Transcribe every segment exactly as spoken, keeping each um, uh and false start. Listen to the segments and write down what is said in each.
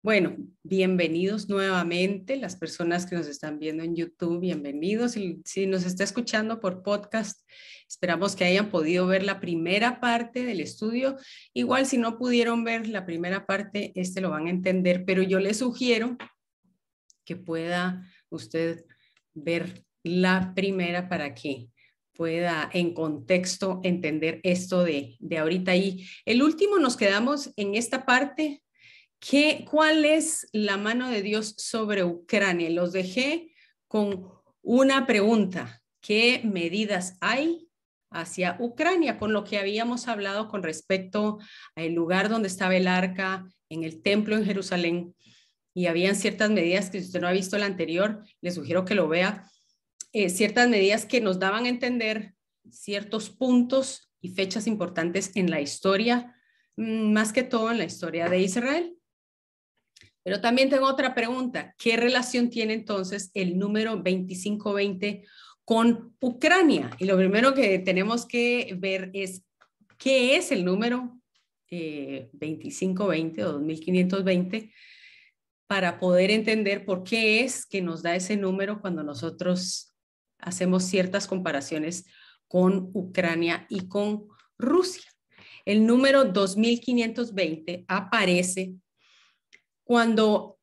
Bueno, bienvenidos nuevamente, las personas que nos están viendo en YouTube, bienvenidos. Y si nos está escuchando por podcast, esperamos que hayan podido ver la primera parte del estudio. Igual si no pudieron ver la primera parte, este lo van a entender, pero yo les sugiero que pueda usted ver la primera para que pueda en contexto entender esto de, de ahorita. Y el último nos quedamos en esta parte. ¿Qué, ¿Cuál es la mano de Dios sobre Ucrania? Los dejé con una pregunta. ¿Qué medidas hay hacia Ucrania? Con lo que habíamos hablado con respecto al lugar donde estaba el arca, en el templo en Jerusalén. Y habían ciertas medidas que si usted no ha visto la anterior, le sugiero que lo vea. Eh, ciertas medidas que nos daban a entender ciertos puntos y fechas importantes en la historia, más que todo en la historia de Israel. Pero también tengo otra pregunta. ¿Qué relación tiene entonces el número veinticinco veinte con Ucrania? Y lo primero que tenemos que ver es qué es el número eh, veinticinco veinte o dos mil quinientos veinte para poder entender por qué es que nos da ese número cuando nosotros hacemos ciertas comparaciones con Ucrania y con Rusia. El número dos mil quinientos veinte aparece cuando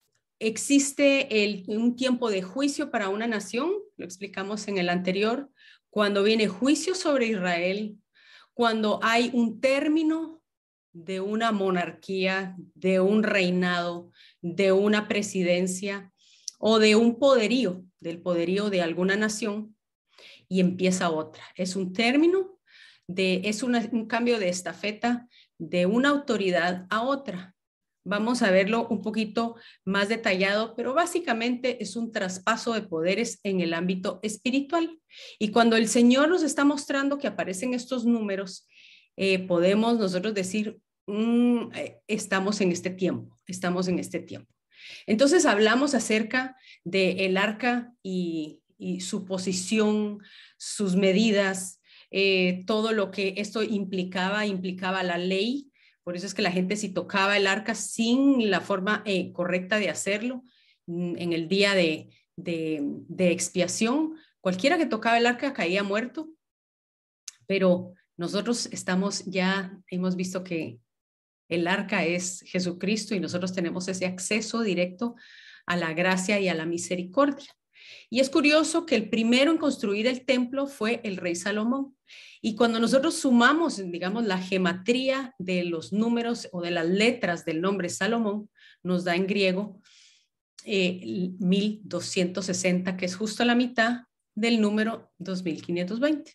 existe el, un tiempo de juicio para una nación, lo explicamos en el anterior, cuando viene juicio sobre Israel, cuando hay un término de una monarquía, de un reinado, de una presidencia o de un poderío, del poderío de alguna nación, y empieza otra. Es un término, de, es una, un cambio de estafeta de una autoridad a otra. Vamos a verlo un poquito más detallado, pero básicamente es un traspaso de poderes en el ámbito espiritual. Y cuando el Señor nos está mostrando que aparecen estos números, eh, podemos nosotros decir, mm, eh, estamos en este tiempo, estamos en este tiempo. Entonces hablamos acerca del arca y, y su posición, sus medidas, eh, todo lo que esto implicaba, implicaba la ley. Por eso es que la gente si tocaba el arca sin la forma eh, correcta de hacerlo, en el día de, de, de expiación, cualquiera que tocaba el arca caía muerto. Pero nosotros estamos ya, hemos visto que el arca es Jesucristo y nosotros tenemos ese acceso directo a la gracia y a la misericordia. Y es curioso que el primero en construir el templo fue el rey Salomón. Y cuando nosotros sumamos, digamos, la gematría de los números o de las letras del nombre Salomón, nos da en griego eh, mil doscientos sesenta, que es justo la mitad del número dos mil quinientos veinte.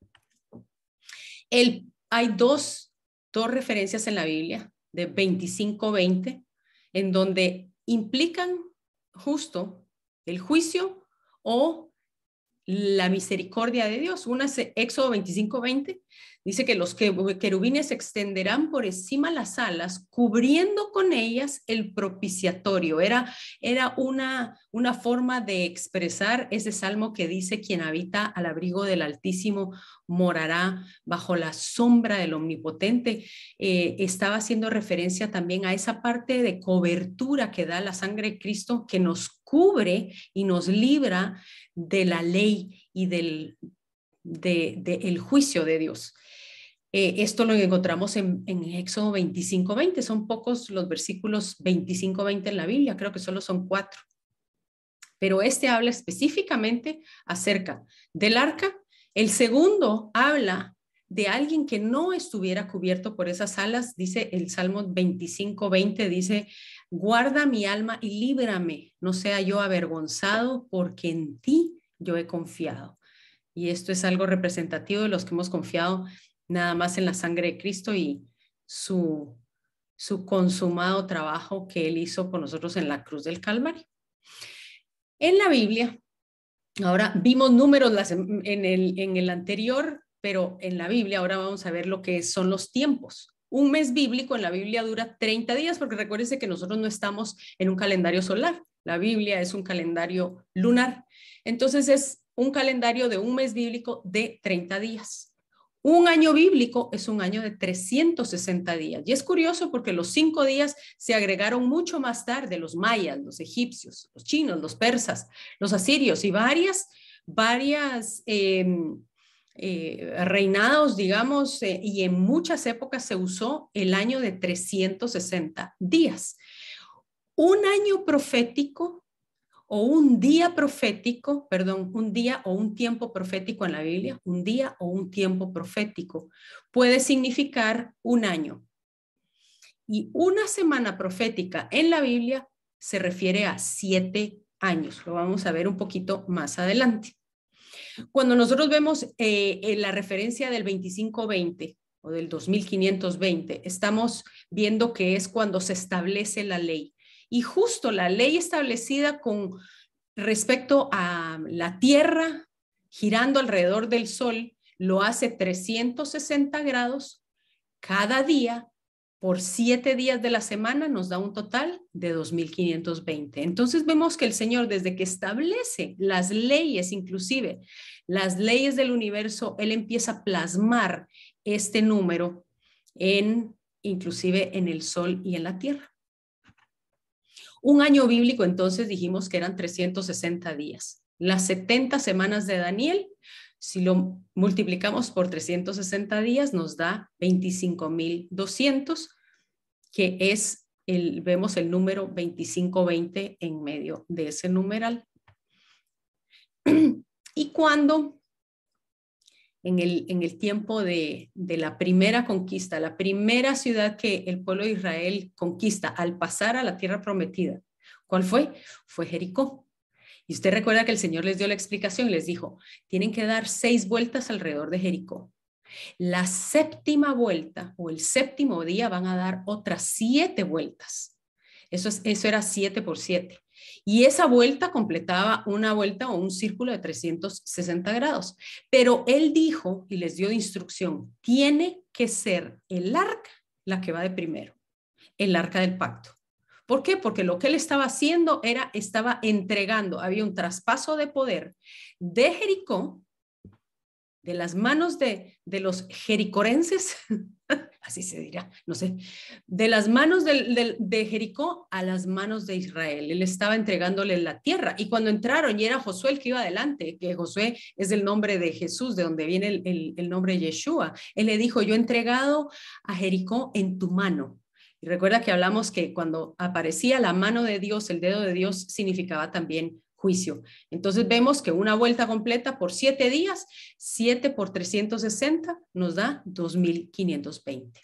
El, hay dos, dos referencias en la Biblia de veinticinco veinte, en donde implican justo el juicio o la misericordia de Dios. Una es Éxodo veinticinco veinte, dice que los querubines extenderán por encima las alas, cubriendo con ellas el propiciatorio. Era, era una, una forma de expresar ese salmo que dice, quien habita al abrigo del Altísimo morará bajo la sombra del Omnipotente. Eh, estaba haciendo referencia también a esa parte de cobertura que da la sangre de Cristo, que nos cubre y nos libra de la ley y del de, de el juicio de Dios. Eh, esto lo encontramos en, en Éxodo veinticinco veinte. Son pocos los versículos veinticinco veinte en la Biblia, creo que solo son cuatro. Pero este habla específicamente acerca del arca. El segundo habla de alguien que no estuviera cubierto por esas alas. Dice el Salmo veinticinco veinte, dice, guarda mi alma y líbrame, no sea yo avergonzado, porque en ti yo he confiado. Y esto es algo representativo de los que hemos confiado nada más en la sangre de Cristo y su, su consumado trabajo que Él hizo por nosotros en la cruz del Calvario. En la Biblia, ahora vimos números en el, en el anterior, pero en la Biblia ahora vamos a ver lo que son los tiempos. Un mes bíblico en la Biblia dura treinta días, porque recuérdense que nosotros no estamos en un calendario solar. La Biblia es un calendario lunar. Entonces es un calendario de un mes bíblico de treinta días. Un año bíblico es un año de trescientos sesenta días. Y es curioso porque los cinco días se agregaron mucho más tarde, los mayas, los egipcios, los chinos, los persas, los asirios y varias, varias eh, eh, reinados, digamos, eh, y en muchas épocas se usó el año de trescientos sesenta días. Un año profético o un día profético, perdón, un día o un tiempo profético en la Biblia, un día o un tiempo profético puede significar un año. Y una semana profética en la Biblia se refiere a siete años. Lo vamos a ver un poquito más adelante. Cuando nosotros vemos eh, en la referencia del veinticinco veinte o del dos mil quinientos veinte, estamos viendo que es cuando se establece la ley. Y justo la ley establecida con respecto a la Tierra girando alrededor del Sol lo hace trescientos sesenta grados cada día por siete días de la semana, nos da un total de dos mil quinientos veinte. Entonces vemos que el Señor, desde que establece las leyes, inclusive las leyes del universo, Él empieza a plasmar este número en, inclusive en el Sol y en la Tierra. Un año bíblico, entonces, dijimos que eran trescientos sesenta días. Las setenta semanas de Daniel, si lo multiplicamos por trescientos sesenta días, nos da veinticinco mil doscientos, que es, el, vemos el número veinticinco veinte en medio de ese numeral. Y cuando en el, en el tiempo de, de la primera conquista, la primera ciudad que el pueblo de Israel conquista al pasar a la tierra prometida, ¿cuál fue? Fue Jericó. Y usted recuerda que el Señor les dio la explicación, les dijo, tienen que dar seis vueltas alrededor de Jericó. La séptima vuelta o el séptimo día van a dar otras siete vueltas. Eso, es, eso era siete por siete. Y esa vuelta completaba una vuelta o un círculo de trescientos sesenta grados. Pero él dijo y les dio de instrucción, tiene que ser el arca la que va de primero, el arca del pacto. ¿Por qué? Porque lo que él estaba haciendo era, estaba entregando, había un traspaso de poder de Jericó, de las manos de, de los jericorenses, así se dirá, no sé, de las manos de, de, de Jericó a las manos de Israel. Él estaba entregándole la tierra. Y cuando entraron, y era Josué el que iba adelante, que Josué es el nombre de Jesús, de donde viene el, el, el nombre Yeshua, él le dijo, yo he entregado a Jericó en tu mano. Y recuerda que hablamos que cuando aparecía la mano de Dios, el dedo de Dios, significaba también juicio. Entonces vemos que una vuelta completa por siete días, siete por trescientos sesenta, nos da dos mil quinientos veinte.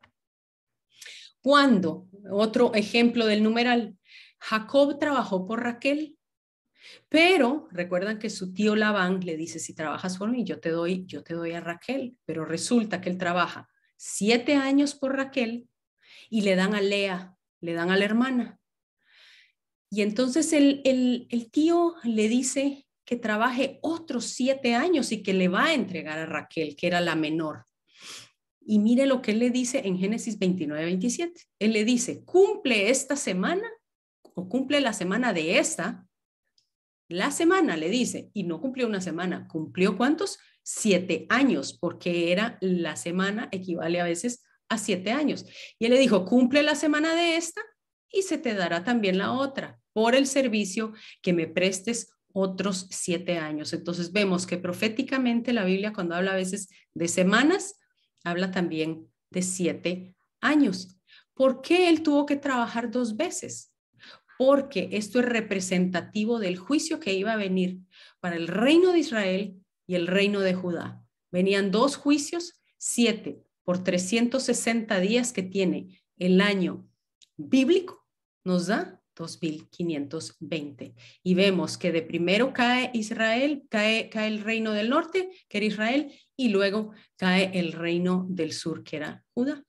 Cuando, otro ejemplo del numeral, Jacob trabajó por Raquel, pero recuerdan que su tío Labán le dice, si trabajas por mí, yo te doy, yo te doy a Raquel, pero resulta que él trabaja siete años por Raquel y le dan a Lea, le dan a la hermana. Y entonces el, el, el tío le dice que trabaje otros siete años y que le va a entregar a Raquel, que era la menor. Y mire lo que él le dice en Génesis veintinueve, veintisiete. Él le dice, cumple esta semana o cumple la semana de esta. La semana, le dice, y no cumplió una semana, cumplió ¿cuántos? Siete años, porque era la semana, equivale a veces a siete años. Y él le dijo, cumple la semana de esta y se te dará también la otra por el servicio que me prestes otros siete años. Entonces vemos que proféticamente la Biblia, cuando habla a veces de semanas, habla también de siete años. ¿Por qué él tuvo que trabajar dos veces? Porque esto es representativo del juicio que iba a venir para el reino de Israel y el reino de Judá. Venían dos juicios, siete por trescientos sesenta días que tiene el año bíblico, nos da dos mil quinientos veinte. Y vemos que de primero cae Israel, cae, cae el reino del norte, que era Israel, y luego cae el reino del sur, que era Judá.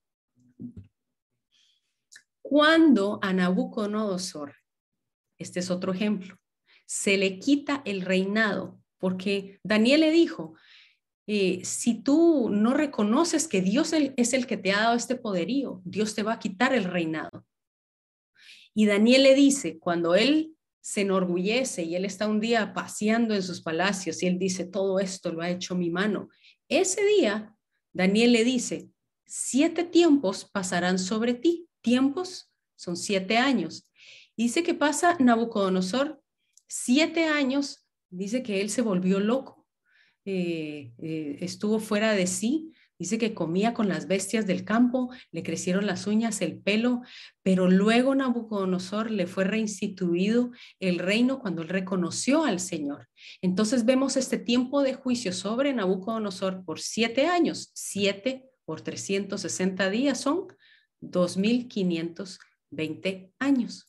Cuando a Nabucodonosor, este es otro ejemplo, se le quita el reinado, porque Daniel le dijo, eh, si tú no reconoces que Dios es el que te ha dado este poderío, Dios te va a quitar el reinado. Y Daniel le dice, cuando él se enorgullece y él está un día paseando en sus palacios y él dice, todo esto lo ha hecho mi mano, ese día Daniel le dice, siete tiempos pasarán sobre ti. Tiempos son siete años. Dice que pasa Nabucodonosor siete años, dice que él se volvió loco, eh, eh, estuvo fuera de sí. Dice que comía con las bestias del campo, le crecieron las uñas, el pelo, pero luego Nabucodonosor le fue reinstituido el reino cuando él reconoció al Señor. Entonces vemos este tiempo de juicio sobre Nabucodonosor por siete años. Siete por trescientos sesenta días son dos mil quinientos veinte años.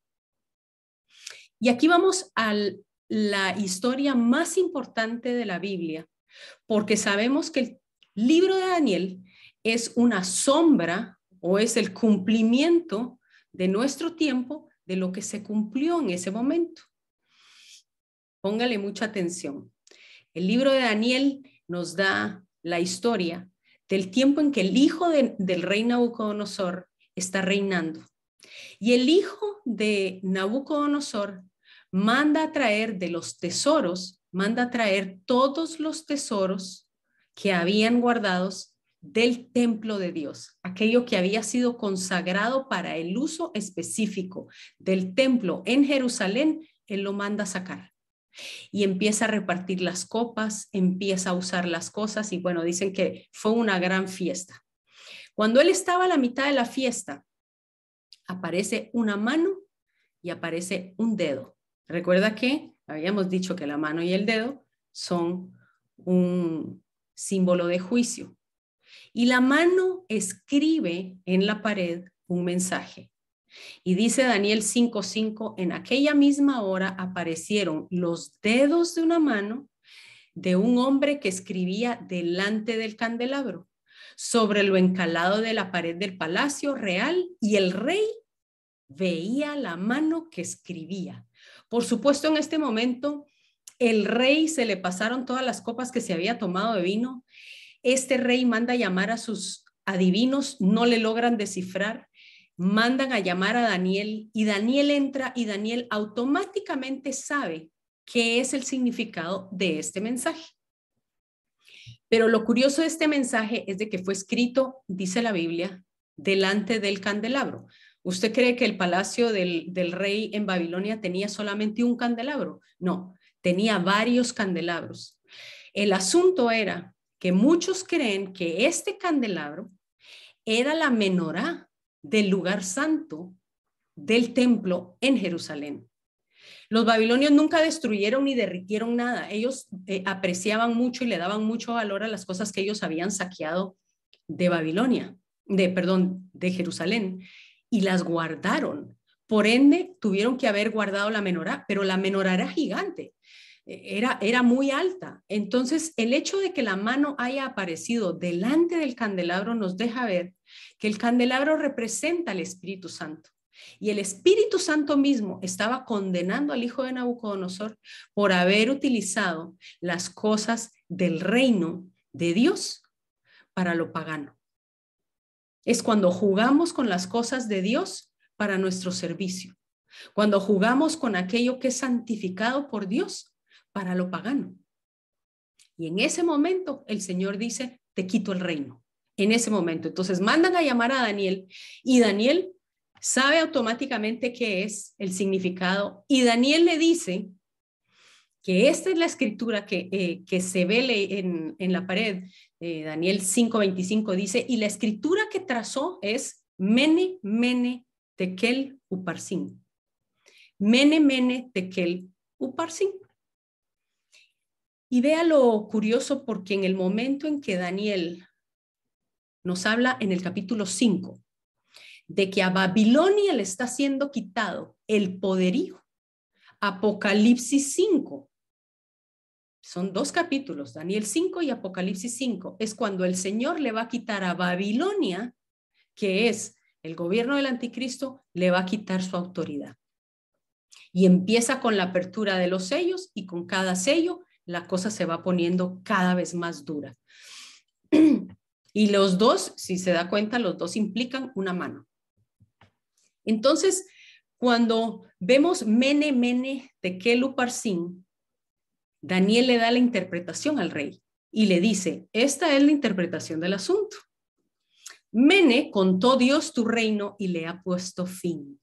Y aquí vamos a la historia más importante de la Biblia, porque sabemos que el libro de Daniel es una sombra o es el cumplimiento de nuestro tiempo de lo que se cumplió en ese momento. Póngale mucha atención. El libro de Daniel nos da la historia del tiempo en que el hijo de, del rey Nabucodonosor está reinando. Y el hijo de Nabucodonosor manda a traer de los tesoros, manda a traer todos los tesoros que habían guardados del templo de Dios, aquello que había sido consagrado para el uso específico del templo en Jerusalén, él lo manda a sacar. Y empieza a repartir las copas, empieza a usar las cosas y bueno, dicen que fue una gran fiesta. Cuando él estaba a la mitad de la fiesta, aparece una mano y aparece un dedo. Recuerda que habíamos dicho que la mano y el dedo son un símbolo de juicio. Y la mano escribe en la pared un mensaje. Y dice Daniel cinco cinco, en aquella misma hora aparecieron los dedos de una mano de un hombre que escribía delante del candelabro, sobre lo encalado de la pared del palacio real, y el rey veía la mano que escribía. Por supuesto, en este momento, el rey se le pasaron todas las copas que se había tomado de vino. Este rey manda a llamar a sus adivinos, no le logran descifrar, mandan a llamar a Daniel y Daniel entra y Daniel automáticamente sabe qué es el significado de este mensaje. Pero lo curioso de este mensaje es de que fue escrito, dice la Biblia, delante del candelabro. ¿Usted cree que el palacio del, del rey en Babilonia tenía solamente un candelabro? No, tenía varios candelabros. El asunto era que muchos creen que este candelabro era la menorá del lugar santo del templo en Jerusalén. Los babilonios nunca destruyeron ni derritieron nada. Ellos eh, apreciaban mucho y le daban mucho valor a las cosas que ellos habían saqueado de Babilonia, de, perdón, de Jerusalén, y las guardaron. Por ende, tuvieron que haber guardado la menorá, pero la menorá era gigante. Era, era muy alta. Entonces, el hecho de que la mano haya aparecido delante del candelabro nos deja ver que el candelabro representa al Espíritu Santo. Y el Espíritu Santo mismo estaba condenando al hijo de Nabucodonosor por haber utilizado las cosas del reino de Dios para lo pagano. Es cuando jugamos con las cosas de Dios para nuestro servicio. Cuando jugamos con aquello que es santificado por Dios para lo pagano. Y en ese momento el Señor dice, te quito el reino. En ese momento. Entonces mandan a llamar a Daniel y Daniel sabe automáticamente qué es el significado. Y Daniel le dice que esta es la escritura que, eh, que se ve en, en la pared. Eh, Daniel cinco veinticinco dice, y la escritura que trazó es Mene, Mene, Tekel, Uparsin. Mene, Mene, Tekel, Uparsin. Y vea lo curioso porque en el momento en que Daniel nos habla en el capítulo cinco de que a Babilonia le está siendo quitado el poderío, Apocalipsis cinco, son dos capítulos, Daniel cinco y Apocalipsis cinco, es cuando el Señor le va a quitar a Babilonia, que es el gobierno del anticristo, le va a quitar su autoridad. Y empieza con la apertura de los sellos y con cada sello la cosa se va poniendo cada vez más dura. Y los dos, si se da cuenta, los dos implican una mano. Entonces, cuando vemos Mene, Mene, Tekel, Uparsin, Daniel le da la interpretación al rey. y le dice, esta es la interpretación del asunto. Mene, contó Dios tu reino y le ha puesto fin.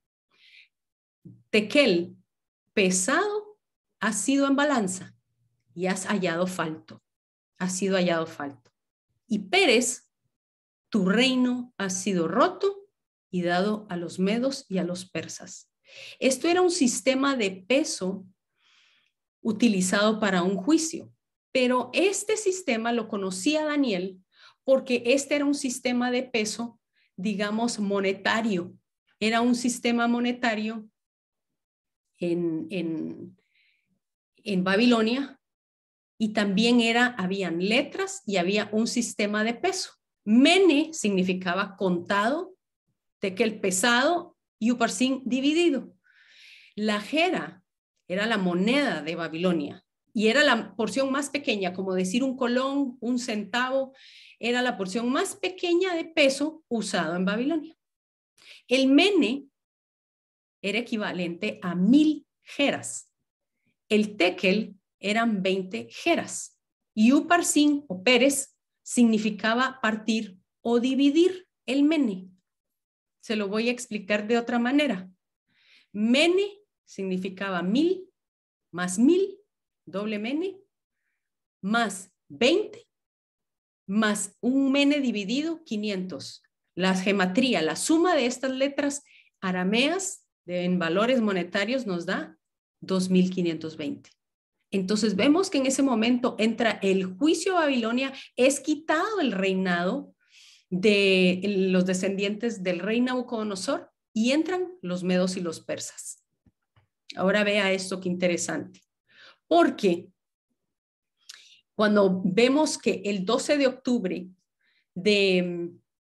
Tekel, pesado, has sido en balanza y has hallado falto. Has sido hallado falto. Y Pérez, tu reino ha sido roto y dado a los medos y a los persas. Esto era un sistema de peso utilizado para un juicio, pero este sistema lo conocía Daniel porque este era un sistema de peso, digamos, monetario. Era un sistema monetario en, en, en Babilonia y también era, habían letras y había un sistema de peso. Mene significaba contado, tekel pesado y uparsin dividido. La jera era la moneda de Babilonia y era la porción más pequeña, como decir un colón, un centavo, era la porción más pequeña de peso usado en Babilonia. El mene era equivalente a mil jeras. El tekel eran veinte jeras y uparsin o Pérez significaba partir o dividir el mene. Se lo voy a explicar de otra manera. Mene significaba mil más mil, doble mene, más veinte, más un mene dividido, quinientos. La gematría, la suma de estas letras arameas de, en valores monetarios nos da dos mil quinientos veinte. Entonces vemos que en ese momento entra el juicio a Babilonia, es quitado el reinado de los descendientes del rey Nabucodonosor y entran los medos y los persas. Ahora vea esto, qué interesante. Porque cuando vemos que el doce de octubre de,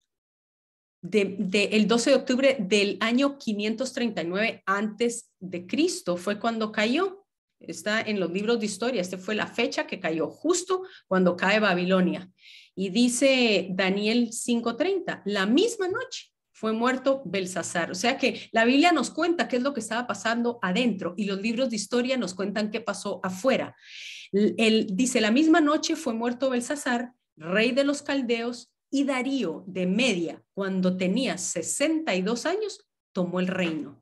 de, de el doce de octubre del año quinientos treinta y nueve antes de Cristo fue cuando cayó. Está en los libros de historia. Esta fue la fecha que cayó, justo cuando cae Babilonia. Y dice Daniel cinco treinta, la misma noche fue muerto Belsasar. O sea que la Biblia nos cuenta qué es lo que estaba pasando adentro y los libros de historia nos cuentan qué pasó afuera. Él dice, la misma noche fue muerto Belsasar, rey de los caldeos, y Darío de Media, cuando tenía sesenta y dos años, tomó el reino.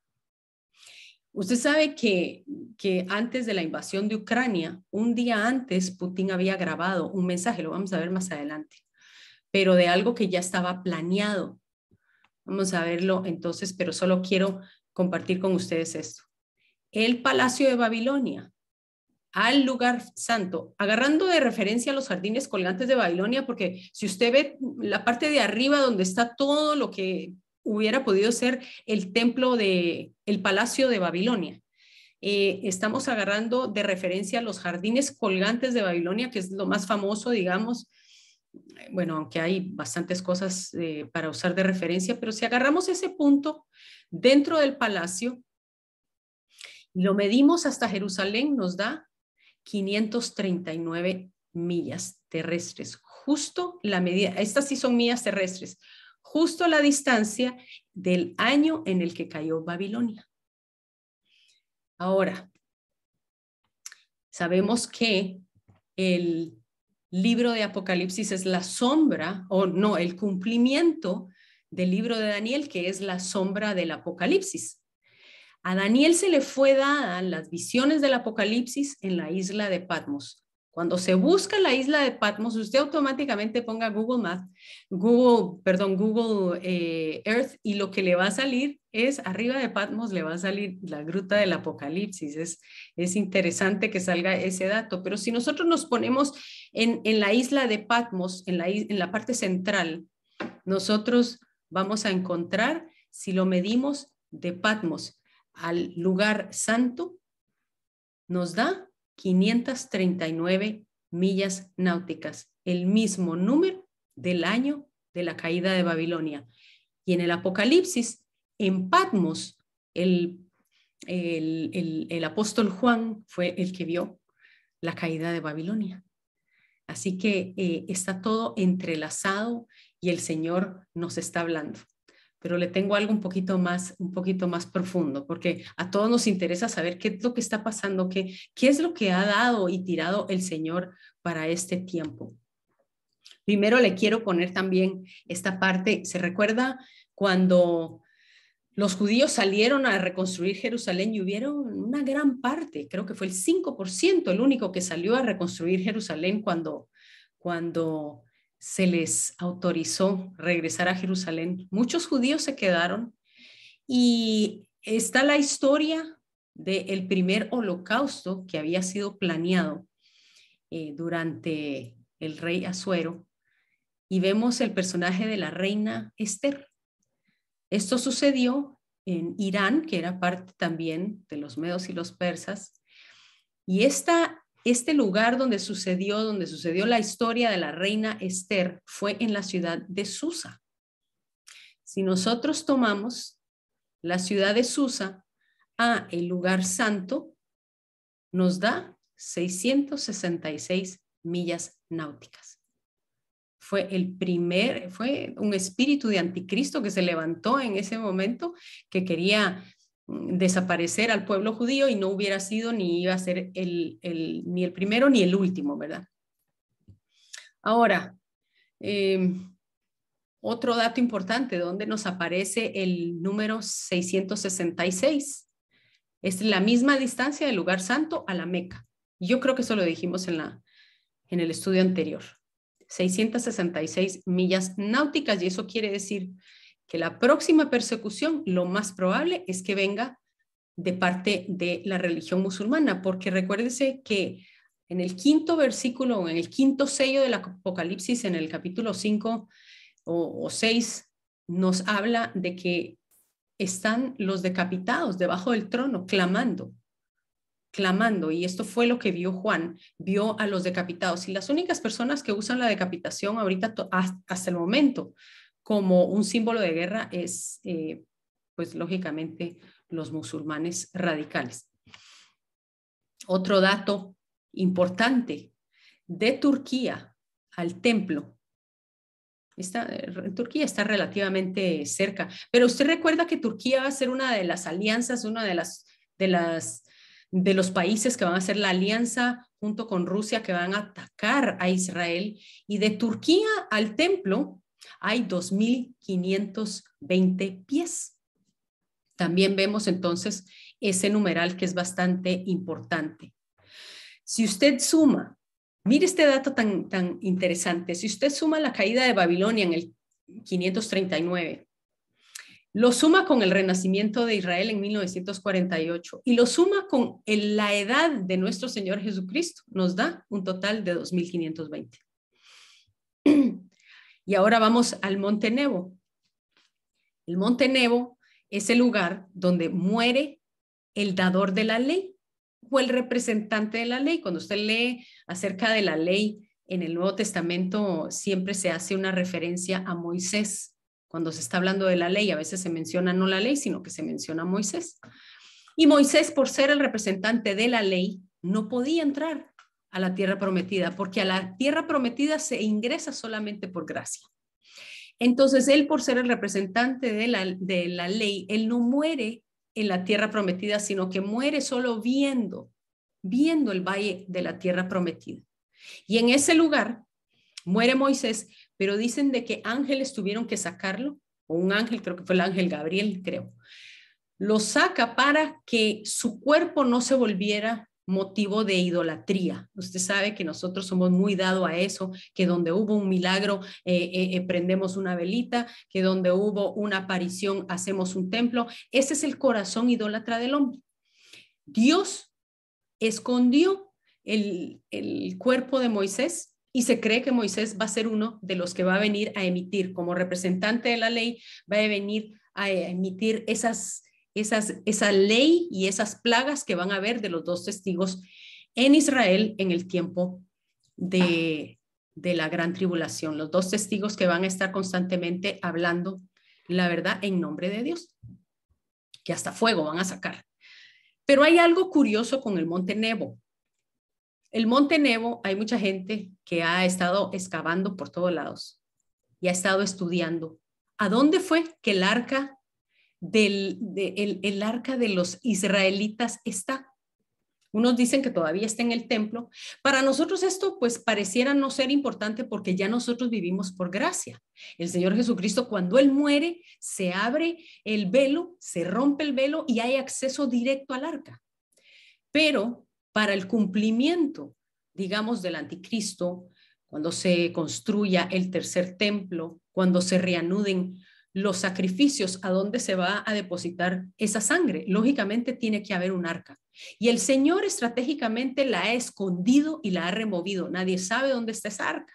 Usted sabe que, que antes de la invasión de Ucrania, un día antes, Putin había grabado un mensaje, lo vamos a ver más adelante, pero de algo que ya estaba planeado. Vamos a verlo entonces, pero solo quiero compartir con ustedes esto. El Palacio de Babilonia, al lugar santo, agarrando de referencia a los jardines colgantes de Babilonia, porque si usted ve la parte de arriba donde está todo lo que hubiera podido ser el templo de, el Palacio de Babilonia, eh, estamos agarrando de referencia a los jardines colgantes de Babilonia, que es lo más famoso, digamos. Bueno, aunque hay bastantes cosas eh, para usar de referencia, pero si agarramos ese punto dentro del palacio y lo medimos hasta Jerusalén, nos da quinientas treinta y nueve millas terrestres, justo la medida, estas sí son millas terrestres, justo la distancia del año en el que cayó Babilonia. Ahora, sabemos que el libro de Apocalipsis es la sombra, o no, el cumplimiento del libro de Daniel, que es la sombra del Apocalipsis. A Daniel se le fue dada las visiones del Apocalipsis en la isla de Patmos. Cuando se busca la isla de Patmos, usted automáticamente ponga Google Maps, Google, perdón, Google eh, Earth, y lo que le va a salir es, arriba de Patmos le va a salir la gruta del Apocalipsis. Es, es interesante que salga ese dato, pero si nosotros nos ponemos en, en la isla de Patmos, en la, en la parte central, nosotros vamos a encontrar, si lo medimos de Patmos al lugar santo, nos da quinientas treinta y nueve millas náuticas, el mismo número del año de la caída de Babilonia. Y en el Apocalipsis, en Patmos, el, el, el, el apóstol Juan fue el que vio la caída de Babilonia. Así que eh, está todo entrelazado y el Señor nos está hablando. pero le tengo algo un poquito más, un poquito más profundo, porque a todos nos interesa saber qué es lo que está pasando, qué, qué es lo que ha dado y tirado el Señor para este tiempo. Primero le quiero poner también esta parte. ¿Se recuerda cuando los judíos salieron a reconstruir Jerusalén y hubieron una gran parte, creo que fue el cinco por ciento, el único que salió a reconstruir Jerusalén cuando, cuando se les autorizó regresar a Jerusalén? Muchos judíos se quedaron y está la historia del primer holocausto que había sido planeado eh, durante el rey Asuero, y vemos el personaje de la reina Esther. Esto sucedió en Irán, que era parte también de los medos y los persas, y esta, este lugar donde sucedió, donde sucedió la historia de la reina Esther fue en la ciudad de Susa. Si nosotros tomamos la ciudad de Susa a el lugar santo, nos da seiscientas sesenta y seis millas náuticas. Fue el primer, fue un espíritu de anticristo que se levantó en ese momento, que quería desaparecer al pueblo judío, y no hubiera sido ni iba a ser el, el, ni el primero ni el último, ¿verdad? Ahora, eh, otro dato importante, ¿dónde nos aparece el número seiscientos sesenta y seis? Es la misma distancia del lugar santo a la Meca. Yo creo que eso lo dijimos en, la, en el estudio anterior. seiscientas sesenta y seis millas náuticas, y eso quiere decir que la próxima persecución lo más probable es que venga de parte de la religión musulmana, porque recuérdese que en el quinto versículo, en el quinto sello del Apocalipsis, en el capítulo cinco o, o seis, nos habla de que están los decapitados debajo del trono clamando. clamando, y esto fue lo que vio Juan, vio a los decapitados, y las únicas personas que usan la decapitación ahorita hasta el momento como un símbolo de guerra es, eh, pues lógicamente, los musulmanes radicales. Otro dato importante, de Turquía al templo, Está, Turquía está relativamente cerca, pero usted recuerda que Turquía va a ser una de las alianzas, una de las, de las de los países que van a hacer la alianza junto con Rusia, que van a atacar a Israel, y de Turquía al templo hay dos mil quinientos veinte pies. También vemos entonces ese numeral que es bastante importante. Si usted suma, mire este dato tan, tan interesante, si usted suma la caída de Babilonia en el quinientos treinta y nueve, lo suma con el renacimiento de Israel en mil novecientos cuarenta y ocho y lo suma con el, la edad de nuestro Señor Jesucristo, nos da un total de dos mil quinientos veinte. Y ahora vamos al Monte Nebo. El Monte Nebo es el lugar donde muere el dador de la ley o el representante de la ley. Cuando usted lee acerca de la ley en el Nuevo Testamento, siempre se hace una referencia a Moisés. Cuando se está hablando de la ley, a veces se menciona no la ley, sino que se menciona a Moisés. Y Moisés, por ser el representante de la ley, no podía entrar a la tierra prometida, porque a la tierra prometida se ingresa solamente por gracia. Entonces, él, por ser el representante de la, de la ley, él no muere en la tierra prometida, sino que muere solo viendo, viendo el valle de la tierra prometida. Y en ese lugar muere Moisés, pero dicen de que ángeles tuvieron que sacarlo, o un ángel, creo que fue el ángel Gabriel, creo, lo saca para que su cuerpo no se volviera motivo de idolatría. Usted sabe que nosotros somos muy dados a eso, que donde hubo un milagro eh, eh, prendemos una velita, que donde hubo una aparición hacemos un templo. Ese es el corazón idólatra del hombre. Dios escondió el, el cuerpo de Moisés, y se cree que Moisés va a ser uno de los que va a venir a emitir, como representante de la ley, va a venir a emitir esas, esas, esa ley y esas plagas que van a haber de los dos testigos en Israel en el tiempo de, de la gran tribulación. Los dos testigos que van a estar constantemente hablando la verdad en nombre de Dios, que hasta fuego van a sacar. Pero hay algo curioso con el Monte Nebo. El Monte Nebo, hay mucha gente que ha estado excavando por todos lados y ha estado estudiando ¿A dónde fue que el arca, del, de, el, el arca de los israelitas está? Unos dicen que todavía está en el templo. Para nosotros esto pues pareciera no ser importante porque ya nosotros vivimos por gracia. El Señor Jesucristo, cuando Él muere, se abre el velo, se rompe el velo y hay acceso directo al arca. Pero para el cumplimiento, digamos, del anticristo, cuando se construya el tercer templo, cuando se reanuden los sacrificios, ¿a dónde se va a depositar esa sangre? Lógicamente tiene que haber un arca. Y el Señor estratégicamente la ha escondido y la ha removido. Nadie sabe dónde está esa arca.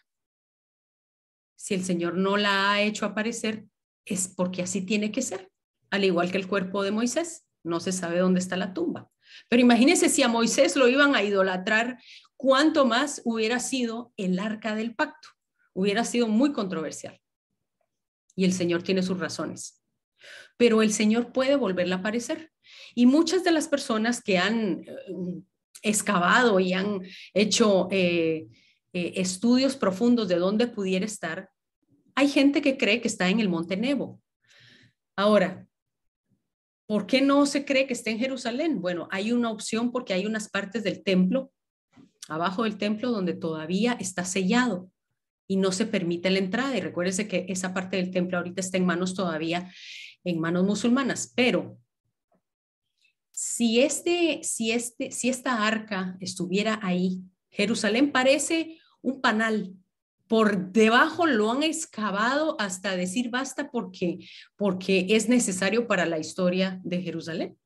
Si el Señor no la ha hecho aparecer, es porque así tiene que ser. Al igual que el cuerpo de Moisés, no se sabe dónde está la tumba. Pero imagínense si a Moisés lo iban a idolatrar, cuánto más hubiera sido el arca del pacto. Hubiera sido muy controversial. Y el Señor tiene sus razones. Pero el Señor puede volverla a aparecer. Y muchas de las personas que han eh, excavado y han hecho eh, eh, estudios profundos de dónde pudiera estar, hay gente que cree que está en el Monte Nebo. Ahora, ¿por qué no se cree que esté en Jerusalén? Bueno, hay una opción porque hay unas partes del templo, abajo del templo, donde todavía está sellado y no se permite la entrada. Y recuérdese que esa parte del templo ahorita está en manos todavía, en manos musulmanas. Pero si, este, si, este, si esta arca estuviera ahí, Jerusalén parece un panal. Por debajo lo han excavado hasta decir basta porque, porque es necesario para la historia de Jerusalén.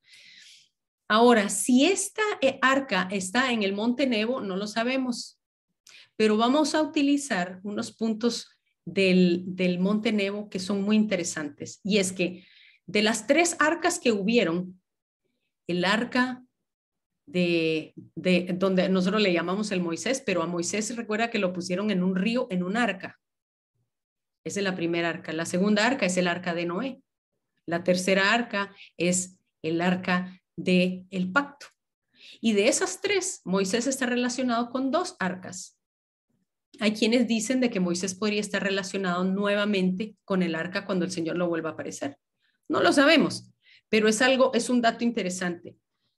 Ahora, si esta arca está en el Monte Nebo, no lo sabemos. Pero vamos a utilizar unos puntos del, del Monte Nebo que son muy interesantes. Y es que de las tres arcas que hubieron, el arca de, de donde nosotros le llamamos el Moisés, pero a Moisés recuerda que lo pusieron en un río, en un arca. Esa es la primera arca. La segunda arca es el arca de Noé. La tercera arca es el arca del pacto. Y de esas tres, Moisés está relacionado con dos arcas. Hay quienes dicen de que Moisés podría estar relacionado nuevamente con el arca cuando el Señor lo vuelva a aparecer. No lo sabemos, pero es algo, es un dato interesante.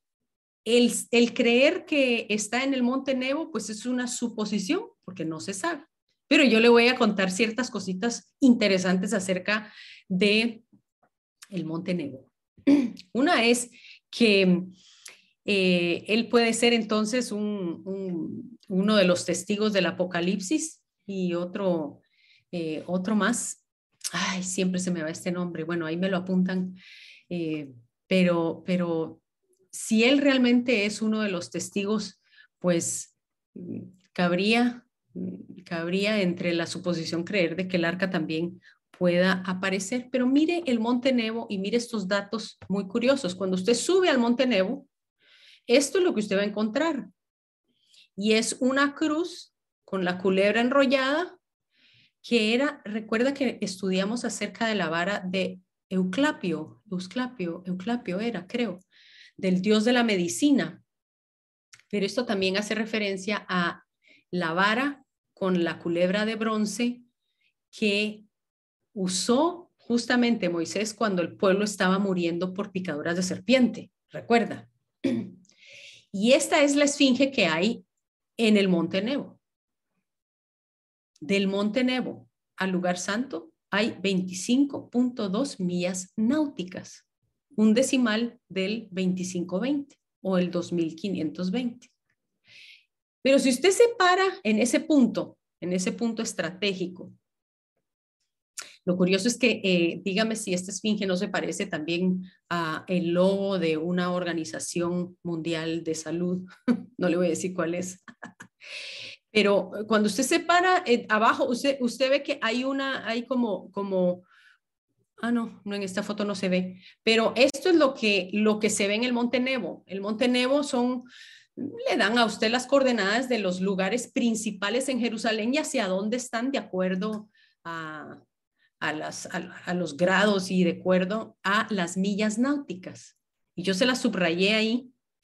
El, el creer que está en el Monte Nebo, pues es una suposición, porque no se sabe. Pero yo le voy a contar ciertas cositas interesantes acerca de el Monte Nebo. Una es que eh, él puede ser entonces un, un, uno de los testigos del Apocalipsis y otro, eh, otro más. Ay, siempre se me va este nombre. Bueno, ahí me lo apuntan. Eh, pero, pero si él realmente es uno de los testigos, pues cabría, cabría entre la suposición creer de que el arca también pueda aparecer. Pero mire el Monte Nebo y mire estos datos muy curiosos. Cuando usted sube al Monte Nebo, esto es lo que usted va a encontrar. Y es una cruz con la culebra enrollada, que era, recuerda que estudiamos acerca de la vara de Euclapio, Eusclapio, Euclapio era, creo, del dios de la medicina. Pero esto también hace referencia a la vara con la culebra de bronce que usó justamente Moisés cuando el pueblo estaba muriendo por picaduras de serpiente. Recuerda. Y esta es la esfinge que hay en el Monte Nebo. Del Monte Nebo al lugar santo hay veinticinco punto dos millas náuticas, un decimal del veinticinco veinte o el dos mil quinientos veinte. Pero si usted se para en ese punto, en ese punto estratégico, lo curioso es que, eh, dígame si esta esfinge no se parece también a el logo de una organización mundial de salud. No le voy a decir cuál es. Pero cuando usted se para eh, abajo, usted, usted ve que hay una, hay como, como, ah, no, no, en esta foto no se ve. Pero esto es lo que, lo que se ve en el Monte Nebo. El Monte Nebo son, le dan a usted las coordenadas de los lugares principales en Jerusalén y hacia dónde están de acuerdo a... A, las, a, a los grados y de acuerdo a las millas náuticas. Y yo se las subrayé ahí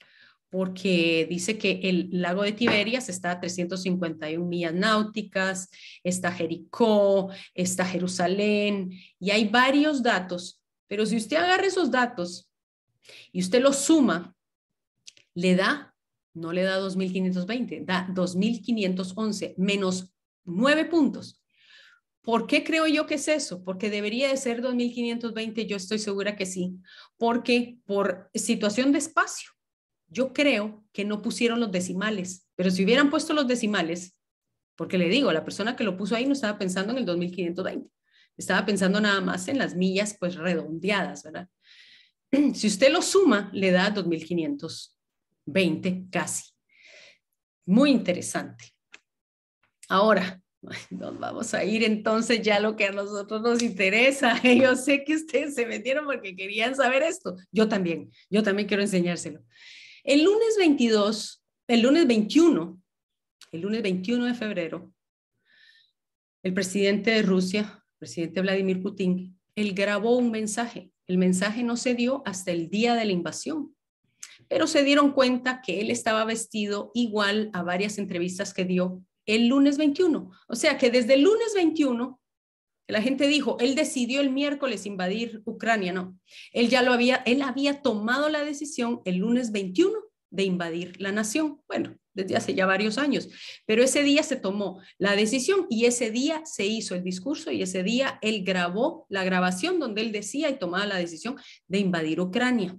porque dice que el lago de Tiberias está a trescientas cincuenta y una millas náuticas, está Jericó, está Jerusalén, y hay varios datos, pero si usted agarra esos datos y usted los suma, le da, no le da dos mil quinientos veinte, da dos mil quinientos once, menos nueve puntos. ¿Por qué creo yo que es eso? Porque debería de ser dos mil quinientos veinte, yo estoy segura que sí, porque por situación de espacio. Yo creo que no pusieron los decimales, pero si hubieran puesto los decimales, porque le digo, la persona que lo puso ahí no estaba pensando en el dos mil quinientos veinte, estaba pensando nada más en las millas pues redondeadas, ¿verdad? Si usted lo suma, le da dos mil quinientos veinte casi. Muy interesante. Ahora, nos vamos a ir entonces ya a lo que a nosotros nos interesa. Yo sé que ustedes se metieron porque querían saber esto. Yo también, yo también quiero enseñárselo. El lunes veintidós, el lunes veintiuno, el lunes veintiuno de febrero, el presidente de Rusia, el presidente Vladimir Putin, él grabó un mensaje. El mensaje no se dio hasta el día de la invasión, pero se dieron cuenta que él estaba vestido igual a varias entrevistas que dio el lunes veintiuno. O sea que desde el lunes veintiuno, la gente dijo, él decidió el miércoles invadir Ucrania. No, él ya lo había, él había tomado la decisión el lunes veintiuno de invadir la nación. Bueno, desde hace ya varios años, pero ese día se tomó la decisión y ese día se hizo el discurso y ese día él grabó la grabación donde él decía y tomaba la decisión de invadir Ucrania.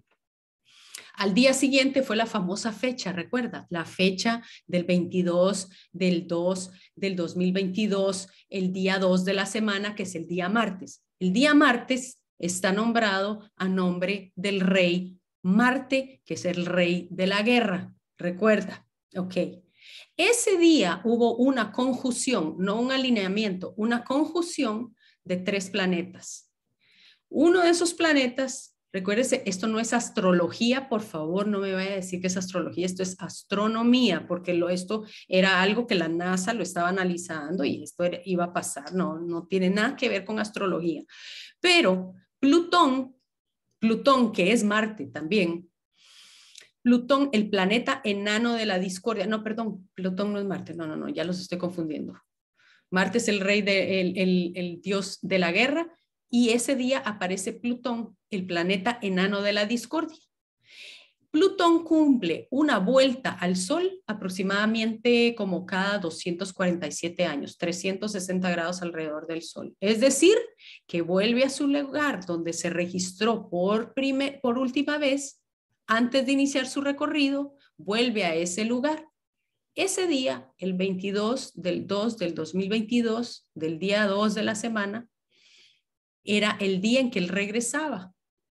Al día siguiente fue la famosa fecha, recuerda, la fecha del veintidós del dos del dos mil veintidós, el día dos de la semana, que es el día martes. El día martes está nombrado a nombre del rey Marte, que es el rey de la guerra, recuerda, ok. Ese día hubo una conjunción, no un alineamiento, una conjunción de tres planetas. Uno de esos planetas, recuérdese, esto no es astrología, por favor, no me vaya a decir que es astrología, esto es astronomía, porque lo, esto era algo que la NASA lo estaba analizando y esto era, iba a pasar, no, no tiene nada que ver con astrología. Pero Plutón, Plutón, que es Marte también, Plutón, el planeta enano de la discordia, no, perdón, Plutón no es Marte, no, no, no, ya los estoy confundiendo. Marte es el rey, de, el, el, el dios de la guerra, y ese día aparece Plutón, el planeta enano de la discordia. Plutón cumple una vuelta al Sol aproximadamente como cada doscientos cuarenta y siete años, trescientos sesenta grados alrededor del Sol. Es decir, que vuelve a su lugar donde se registró por, prime, por última vez, antes de iniciar su recorrido, vuelve a ese lugar. Ese día, el veintidós del dos del dos mil veintidós, del día dos de la semana, era el día en que él regresaba.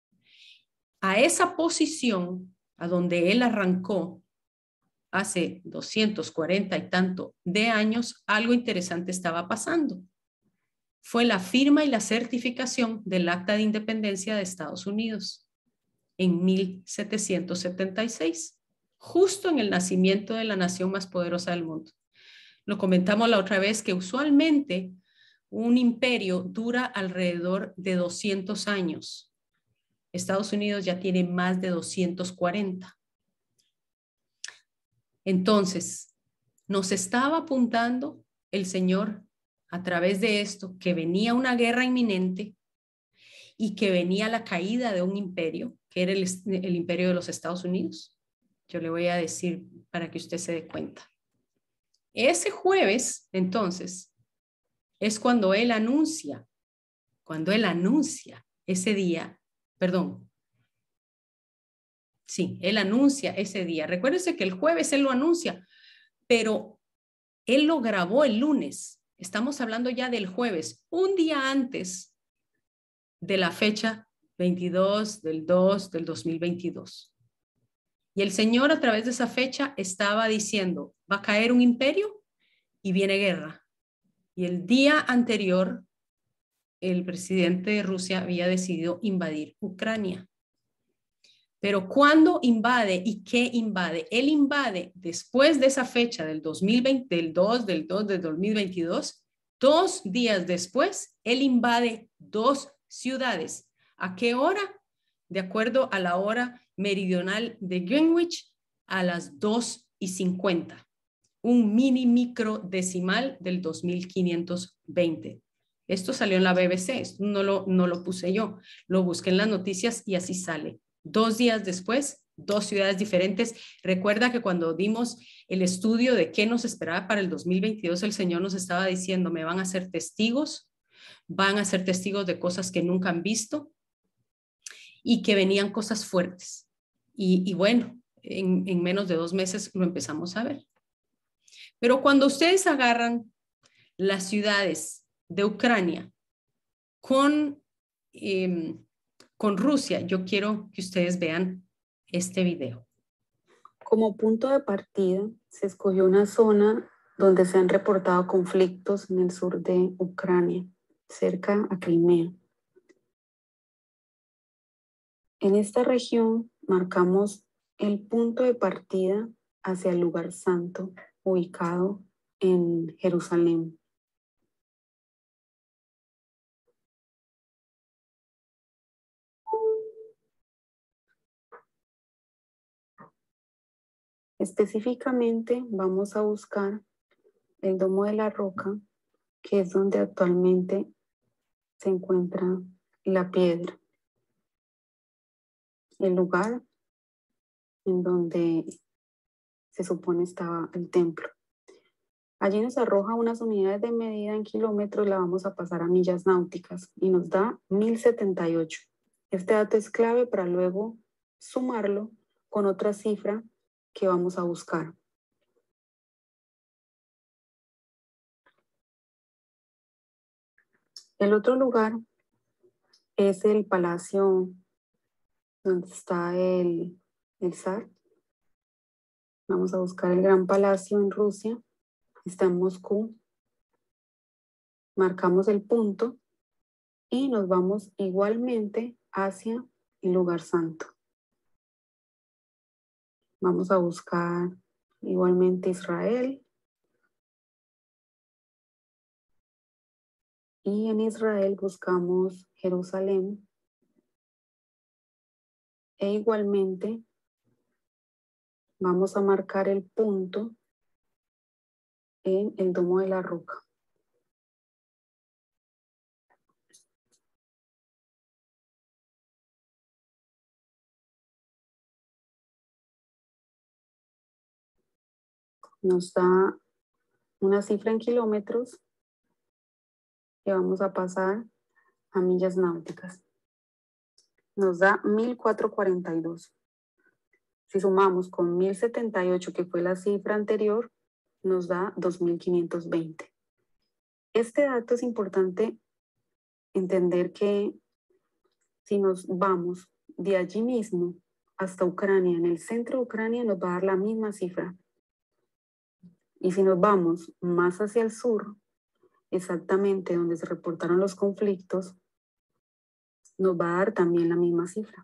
A esa posición, a donde él arrancó hace doscientos cuarenta y tanto de años, algo interesante estaba pasando. Fue la firma y la certificación del Acta de Independencia de Estados Unidos en mil setecientos setenta y seis, justo en el nacimiento de la nación más poderosa del mundo. Lo comentamos la otra vez que usualmente un imperio dura alrededor de doscientos años. Estados Unidos ya tiene más de doscientos cuarenta. Entonces, nos estaba apuntando el Señor a través de esto que venía una guerra inminente y que venía la caída de un imperio, que era el, el imperio de los Estados Unidos. Yo le voy a decir para que usted se dé cuenta. Ese jueves, entonces, es cuando él anuncia, cuando él anuncia ese día, perdón, sí, él anuncia ese día. Recuérdense que el jueves él lo anuncia, pero él lo grabó el lunes. Estamos hablando ya del jueves, un día antes de la fecha veintidós del dos del dos mil veintidós. Y el Señor a través de esa fecha estaba diciendo, va a caer un imperio y viene guerra. Y el día anterior, el presidente de Rusia había decidido invadir Ucrania. Pero ¿cuándo invade y qué invade? Él invade después de esa fecha del dos mil veinte, del dos del dos del dos mil veintidós, dos días después, él invade dos ciudades. ¿A qué hora? De acuerdo a la hora meridional de Greenwich, a las dos y cincuenta. Un mini micro decimal del dos mil quinientos veinte. Esto salió en la B B C, esto no lo, no lo puse yo, lo busqué en las noticias y así sale. Dos días después, dos ciudades diferentes. Recuerda que cuando dimos el estudio de qué nos esperaba para el dos mil veintidós, el Señor nos estaba diciendo, me van a ser testigos, van a ser testigos de cosas que nunca han visto y que venían cosas fuertes. Y, y bueno, en, en menos de dos meses lo empezamos a ver. Pero cuando ustedes agarran las ciudades de Ucrania con, eh, con Rusia, yo quiero que ustedes vean este video. Como punto de partida, se escogió una zona donde se han reportado conflictos en el sur de Ucrania, cerca a Crimea. En esta región marcamos el punto de partida hacia el lugar santo, ubicado en Jerusalén. Específicamente vamos a buscar el Domo de la Roca, que es donde actualmente se encuentra la piedra, el lugar en donde se supone estaba el templo. Allí nos arroja unas unidades de medida en kilómetros, la vamos a pasar a millas náuticas y nos da mil setenta y ocho. Este dato es clave para luego sumarlo con otra cifra que vamos a buscar. El otro lugar es el palacio donde está el, el zar. Vamos a buscar el Gran Palacio en Rusia. Está en Moscú. Marcamos el punto y nos vamos igualmente hacia el lugar santo. Vamos a buscar igualmente Israel. Y en Israel buscamos Jerusalén. E igualmente vamos a marcar el punto en el Domo de la Roca. Nos da una cifra en kilómetros que vamos a pasar a millas náuticas. Nos da mil cuatrocientos cuarenta y dos. Si sumamos con mil setenta y ocho, que fue la cifra anterior, nos da dos mil quinientos veinte. Este dato es importante entender que si nos vamos de allí mismo hasta Ucrania, en el centro de Ucrania nos va a dar la misma cifra. Y si nos vamos más hacia el sur, exactamente donde se reportaron los conflictos, nos va a dar también la misma cifra.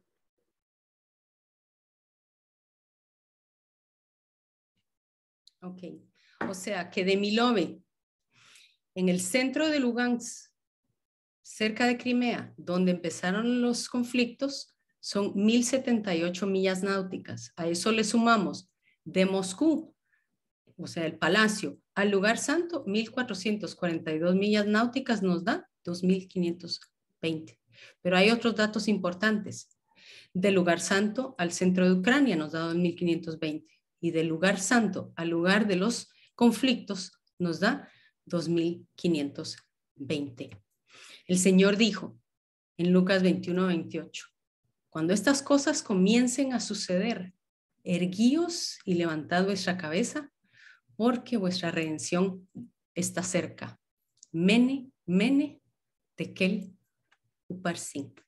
Ok, o sea que de Milove, en el centro de Lugansk, cerca de Crimea, donde empezaron los conflictos, son mil setenta y ocho millas náuticas. A eso le sumamos de Moscú, o sea, el palacio, al lugar santo, mil cuatrocientos cuarenta y dos millas náuticas nos da dos mil quinientos veinte. Pero hay otros datos importantes. Del lugar santo al centro de Ucrania nos da dos mil quinientos veinte. Y del lugar santo al lugar de los conflictos nos da dos mil quinientos veinte. El Señor dijo en Lucas veintiuno, veintiocho, cuando estas cosas comiencen a suceder, erguíos y levantad vuestra cabeza, porque vuestra redención está cerca. Mene, mene, tekel, uparsin.